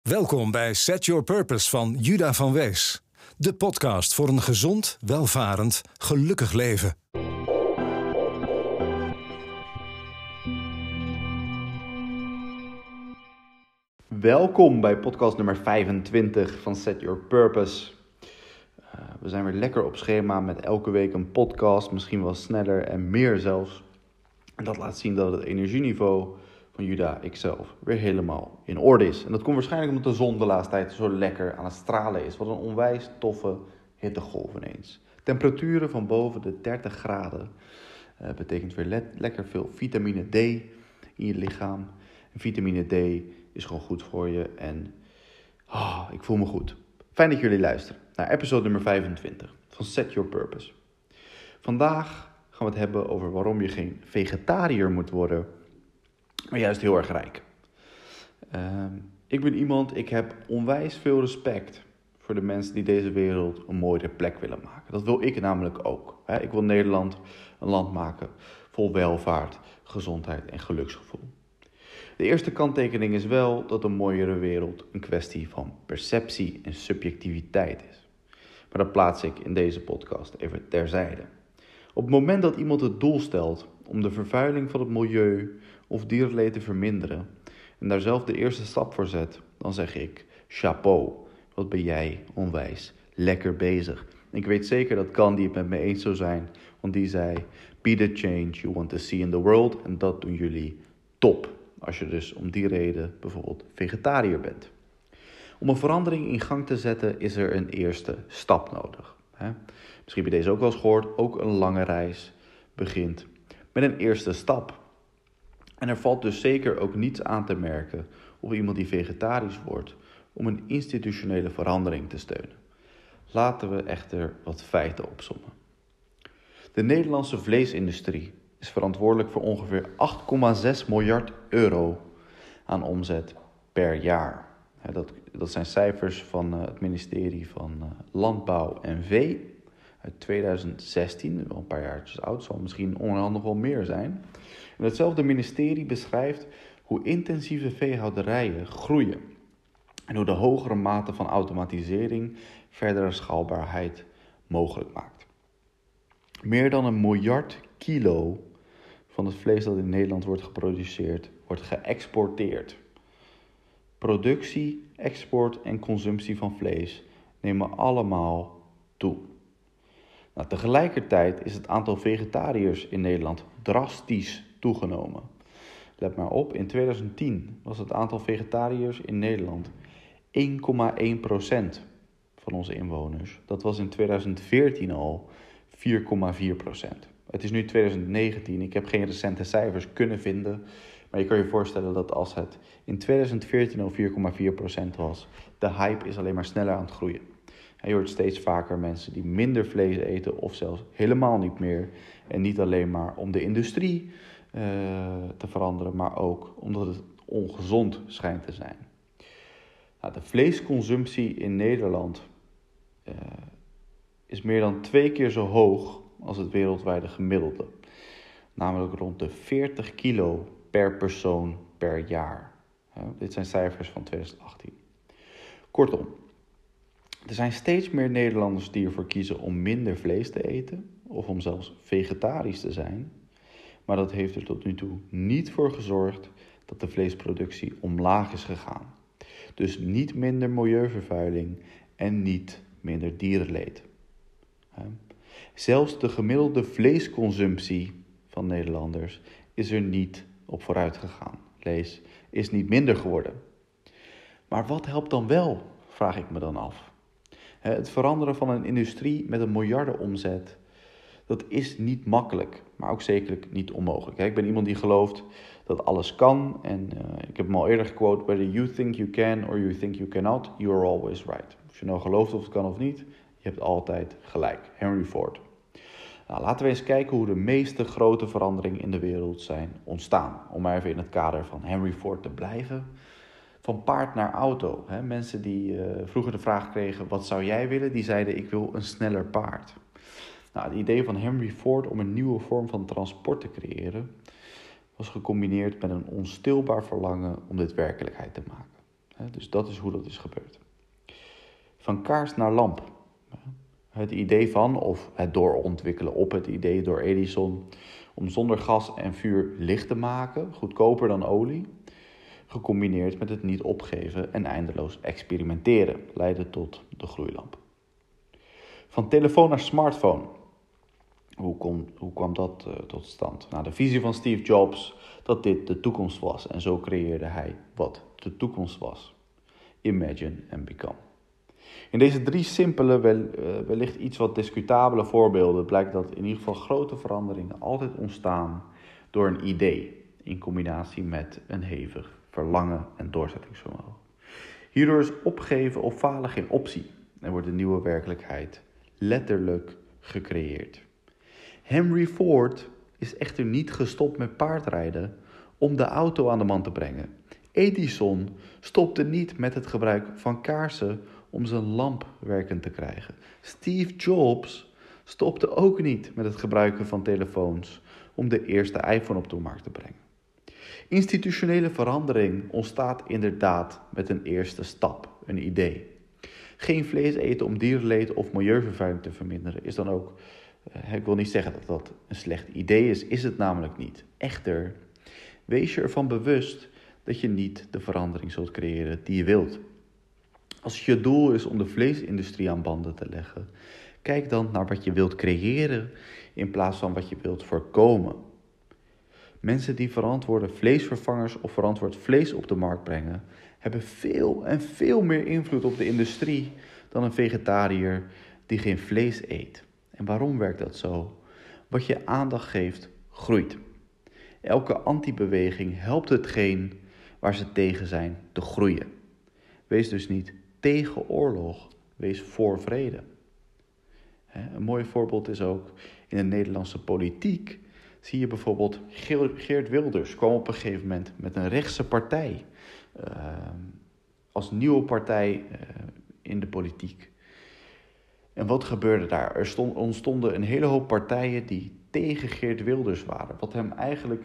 Welkom bij Set Your Purpose van Juda van Wees. De podcast voor een gezond, welvarend, gelukkig leven. Welkom bij podcast nummer 25 van Set Your Purpose. We zijn weer lekker op schema met elke week een podcast, misschien wel sneller en meer zelfs. En dat laat zien dat het energieniveau van Juda ikzelf weer helemaal in orde is. En dat komt waarschijnlijk omdat de zon de laatste tijd zo lekker aan het stralen is. Wat een onwijs toffe hittegolf ineens. Temperaturen van boven de 30 graden betekent weer lekker veel vitamine D in je lichaam. En vitamine D is gewoon goed voor je en ik voel me goed. Fijn dat jullie luisteren naar episode nummer 25 van Set Your Purpose. Vandaag gaan we het hebben over waarom je geen vegetariër moet worden, maar juist heel erg rijk. Ik heb onwijs veel respect voor de mensen die deze wereld een mooiere plek willen maken. Dat wil ik namelijk ook. Ik wil Nederland een land maken vol welvaart, gezondheid en geluksgevoel. De eerste kanttekening is wel dat een mooiere wereld een kwestie van perceptie en subjectiviteit is. Maar dat plaats ik in deze podcast even terzijde. Op het moment dat iemand het doel stelt om de vervuiling van het milieu of dierenleed te verminderen en daar zelf de eerste stap voor zet, dan zeg ik, chapeau, wat ben jij onwijs lekker bezig. En ik weet zeker dat Gandhi het met me eens zou zijn, want die zei, be the change you want to see in the world. En dat doen jullie top, als je dus om die reden bijvoorbeeld vegetariër bent. Om een verandering in gang te zetten is er een eerste stap nodig. Misschien heb je deze ook wel eens gehoord, ook een lange reis begint met een eerste stap. En er valt dus zeker ook niets aan te merken op iemand die vegetarisch wordt om een institutionele verandering te steunen. Laten we echter wat feiten opsommen. De Nederlandse vleesindustrie is verantwoordelijk voor ongeveer 8,6 miljard euro aan omzet per jaar. Dat zijn cijfers van het ministerie van Landbouw en Vee uit 2016, wel een paar jaartjes oud, zal misschien onhandig wel meer zijn. En hetzelfde ministerie beschrijft hoe intensieve veehouderijen groeien en hoe de hogere mate van automatisering verdere schaalbaarheid mogelijk maakt. Meer dan 1 miljard kilo van het vlees dat in Nederland wordt geproduceerd, wordt geëxporteerd. Productie, export en consumptie van vlees nemen allemaal toe. Tegelijkertijd is het aantal vegetariërs in Nederland drastisch toegenomen. Let maar op, in 2010 was het aantal vegetariërs in Nederland 1,1% van onze inwoners. Dat was in 2014 al 4,4%. Het is nu 2019, ik heb geen recente cijfers kunnen vinden, maar je kan je voorstellen dat als het in 2014 al 4,4% was, de hype is alleen maar sneller aan het groeien. En je hoort steeds vaker mensen die minder vlees eten of zelfs helemaal niet meer. En niet alleen maar om de industrie te veranderen, maar ook omdat het ongezond schijnt te zijn. De vleesconsumptie in Nederland is meer dan 2 keer zo hoog als het wereldwijde gemiddelde. Namelijk rond de 40 kilo per persoon per jaar. Dit zijn cijfers van 2018. Kortom, er zijn steeds meer Nederlanders die ervoor kiezen om minder vlees te eten of om zelfs vegetarisch te zijn. Maar dat heeft er tot nu toe niet voor gezorgd dat de vleesproductie omlaag is gegaan. Dus niet minder milieuvervuiling en niet minder dierenleed. Zelfs de gemiddelde vleesconsumptie van Nederlanders is er niet op vooruit gegaan. Vlees is niet minder geworden. Maar wat helpt dan wel, vraag ik me dan af. Het veranderen van een industrie met een miljardenomzet, dat is niet makkelijk, maar ook zekerlijk niet onmogelijk. Ik ben iemand die gelooft dat alles kan. En ik heb hem al eerder gequote, whether you think you can or you think you cannot, you are always right. Of je nou gelooft of het kan of niet, je hebt altijd gelijk. Henry Ford. Laten we eens kijken hoe de meeste grote veranderingen in de wereld zijn ontstaan. Om maar even in het kader van Henry Ford te blijven. Van paard naar auto. Mensen die vroeger de vraag kregen, wat zou jij willen? Die zeiden, ik wil een sneller paard. Het idee van Henry Ford om een nieuwe vorm van transport te creëren was gecombineerd met een onstilbaar verlangen om dit werkelijkheid te maken. Dus dat is hoe dat is gebeurd. Van kaars naar lamp. Het idee van, of het doorontwikkelen op het idee door Edison, om zonder gas en vuur licht te maken, goedkoper dan olie, gecombineerd met het niet opgeven en eindeloos experimenteren, leidde tot de gloeilamp. Van telefoon naar smartphone. Hoe kwam dat tot stand? Nou, de visie van Steve Jobs dat dit de toekomst was. En zo creëerde hij wat de toekomst was. Imagine and become. In deze 3 simpele, wellicht iets wat discutabele voorbeelden blijkt dat in ieder geval grote veranderingen altijd ontstaan door een idee in combinatie met een hevig verlangen en doorzettingsvermogen. Hierdoor is opgeven of falen geen optie en wordt de nieuwe werkelijkheid letterlijk gecreëerd. Henry Ford is echter niet gestopt met paardrijden om de auto aan de man te brengen. Edison stopte niet met het gebruik van kaarsen om zijn lamp werkend te krijgen. Steve Jobs stopte ook niet met het gebruiken van telefoons om de eerste iPhone op de markt te brengen. Institutionele verandering ontstaat inderdaad met een eerste stap, een idee. Geen vlees eten om dierenleed of milieuvervuiling te verminderen is dan ook, ik wil niet zeggen dat dat een slecht idee is het namelijk niet. Echter, wees je ervan bewust dat je niet de verandering zult creëren die je wilt. Als je doel is om de vleesindustrie aan banden te leggen, kijk dan naar wat je wilt creëren in plaats van wat je wilt voorkomen. Mensen die verantwoorde vleesvervangers of verantwoord vlees op de markt brengen, hebben veel en veel meer invloed op de industrie dan een vegetariër die geen vlees eet. En waarom werkt dat zo? Wat je aandacht geeft, groeit. Elke antibeweging helpt hetgeen waar ze tegen zijn te groeien. Wees dus niet tegen oorlog, wees voor vrede. Een mooi voorbeeld is ook in de Nederlandse politiek. Zie je bijvoorbeeld Geert Wilders kwam op een gegeven moment met een rechtse partij. Als nieuwe partij in de politiek. En wat gebeurde daar? Er ontstonden een hele hoop partijen die tegen Geert Wilders waren. Wat hem eigenlijk,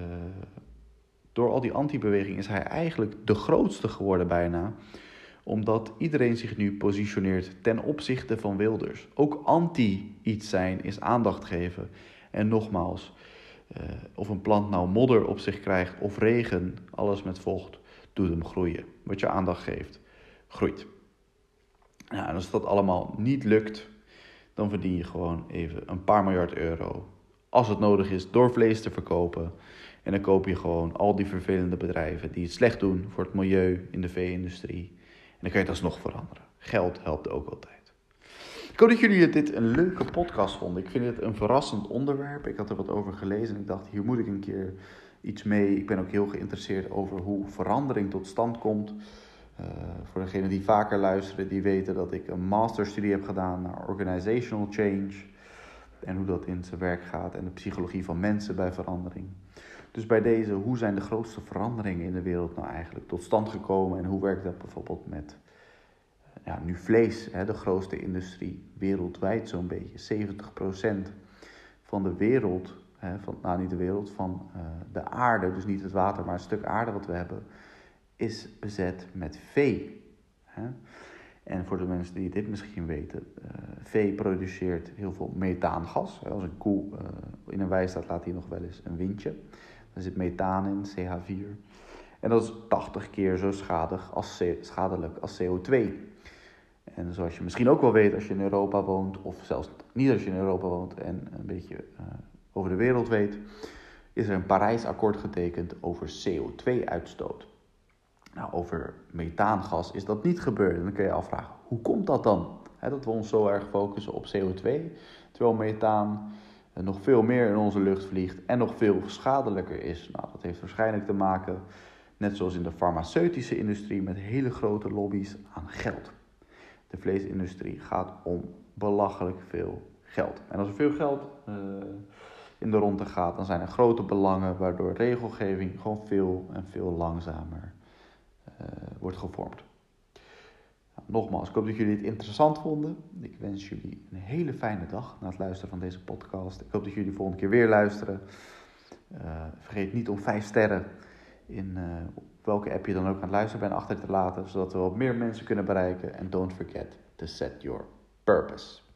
door al die antibeweging is hij eigenlijk de grootste geworden bijna. Omdat iedereen zich nu positioneert ten opzichte van Wilders. Ook anti iets zijn is aandacht geven. En nogmaals, of een plant nou modder op zich krijgt of regen, alles met vocht, doet hem groeien. Wat je aandacht geeft, groeit. Nou, en als dat allemaal niet lukt, dan verdien je gewoon even een paar miljard euro. Als het nodig is door vlees te verkopen. En dan koop je gewoon al die vervelende bedrijven die het slecht doen voor het milieu in de vee-industrie. En dan kan je het alsnog veranderen. Geld helpt ook altijd. Ik hoop dat jullie dit een leuke podcast vonden. Ik vind het een verrassend onderwerp. Ik had er wat over gelezen en ik dacht, hier moet ik een keer iets mee. Ik ben ook heel geïnteresseerd over hoe verandering tot stand komt. Voor degenen die vaker luisteren, die weten dat ik een masterstudie heb gedaan naar organizational change. En hoe dat in zijn werk gaat en de psychologie van mensen bij verandering. Dus bij deze, hoe zijn de grootste veranderingen in de wereld nou eigenlijk tot stand gekomen? En hoe werkt dat bijvoorbeeld met nu vlees, de grootste industrie wereldwijd zo'n beetje. 70% van de wereld, van de aarde, dus niet het water, maar een stuk aarde wat we hebben, is bezet met vee. En voor de mensen die dit misschien weten, vee produceert heel veel methaangas. Als een koe in een wei staat, laat hij nog wel eens een windje. Er zit methaan in, CH4. En dat is 80 keer zo schadelijk als CO2. En zoals je misschien ook wel weet als je in Europa woont, of zelfs niet als je in Europa woont en een beetje over de wereld weet, is er een Parijsakkoord getekend over CO2-uitstoot. Nou, over methaangas is dat niet gebeurd. En dan kun je je afvragen, hoe komt dat dan? Dat we ons zo erg focussen op CO2, terwijl methaan nog veel meer in onze lucht vliegt en nog veel schadelijker is. Nou, dat heeft waarschijnlijk te maken, net zoals in de farmaceutische industrie, met hele grote lobby's aan geld. De vleesindustrie gaat om belachelijk veel geld. En als er veel geld in de ronde gaat, dan zijn er grote belangen, waardoor regelgeving gewoon veel en veel langzamer wordt gevormd. Nou, nogmaals, ik hoop dat jullie het interessant vonden. Ik wens jullie een hele fijne dag na het luisteren van deze podcast. Ik hoop dat jullie de volgende keer weer luisteren. Vergeet niet om 5 sterren welke app je dan ook aan het luisteren bent, achter te laten, zodat we wat meer mensen kunnen bereiken. En don't forget to set your purpose.